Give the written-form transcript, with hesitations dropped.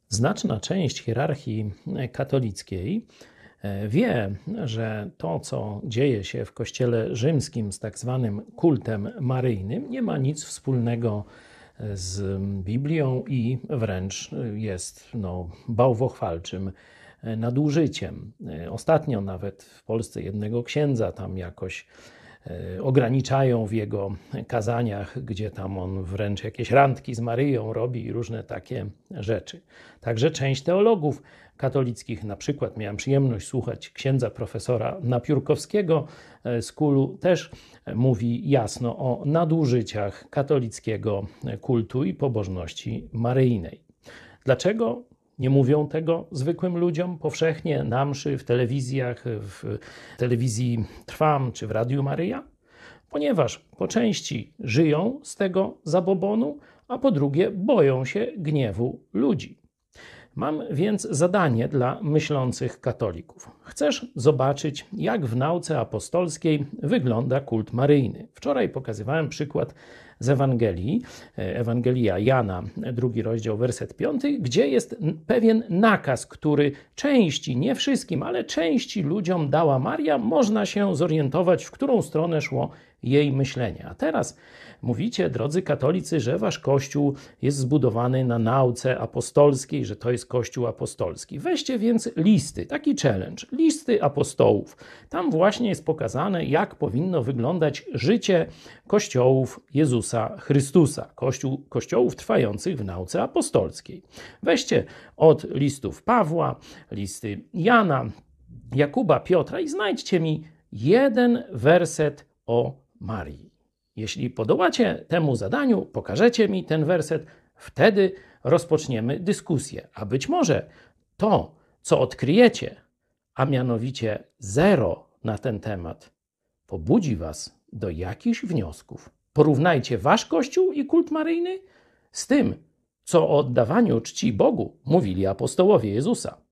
Znaczna część hierarchii katolickiej wie, że to, co dzieje się w Kościele Rzymskim z tak zwanym kultem maryjnym, nie ma nic wspólnego z Biblią i wręcz jest bałwochwalczym nadużyciem. Ostatnio nawet w Polsce jednego księdza tam jakoś ograniczają w jego kazaniach, gdzie tam on wręcz jakieś randki z Maryją robi i różne takie rzeczy. Także część teologów katolickich, na przykład miałem przyjemność słuchać księdza profesora Napiórkowskiego z KUL-u, też mówi jasno o nadużyciach katolickiego kultu i pobożności maryjnej. Dlaczego nie mówią tego zwykłym ludziom powszechnie na mszy, w telewizjach, w telewizji Trwam czy w Radiu Maryja? Ponieważ po części żyją z tego zabobonu, a po drugie boją się gniewu ludzi. Mam więc zadanie dla myślących katolików. Chcesz zobaczyć, jak w nauce apostolskiej wygląda kult maryjny. Wczoraj pokazywałem przykład z Ewangelii, Ewangelia Jana, 2 rozdział, werset 5, gdzie jest pewien nakaz, który części, nie wszystkim, ale części ludziom dała Maria. Można się zorientować, w którą stronę szło jej myślenie. A teraz mówicie, drodzy katolicy, że wasz Kościół jest zbudowany na nauce apostolskiej, że to jest Kościół apostolski. Weźcie więc listy, taki challenge, listy apostołów. Tam właśnie jest pokazane, jak powinno wyglądać życie kościołów Jezusa Chrystusa, kościołów trwających w nauce apostolskiej. Weźcie od listów Pawła, listy Jana, Jakuba, Piotra i znajdźcie mi jeden werset o Marii. Jeśli podołacie temu zadaniu, pokażecie mi ten werset, wtedy rozpoczniemy dyskusję. A być może to, co odkryjecie, a mianowicie zero na ten temat, pobudzi was do jakichś wniosków. Porównajcie wasz Kościół i kult maryjny z tym, co o oddawaniu czci Bogu mówili apostołowie Jezusa.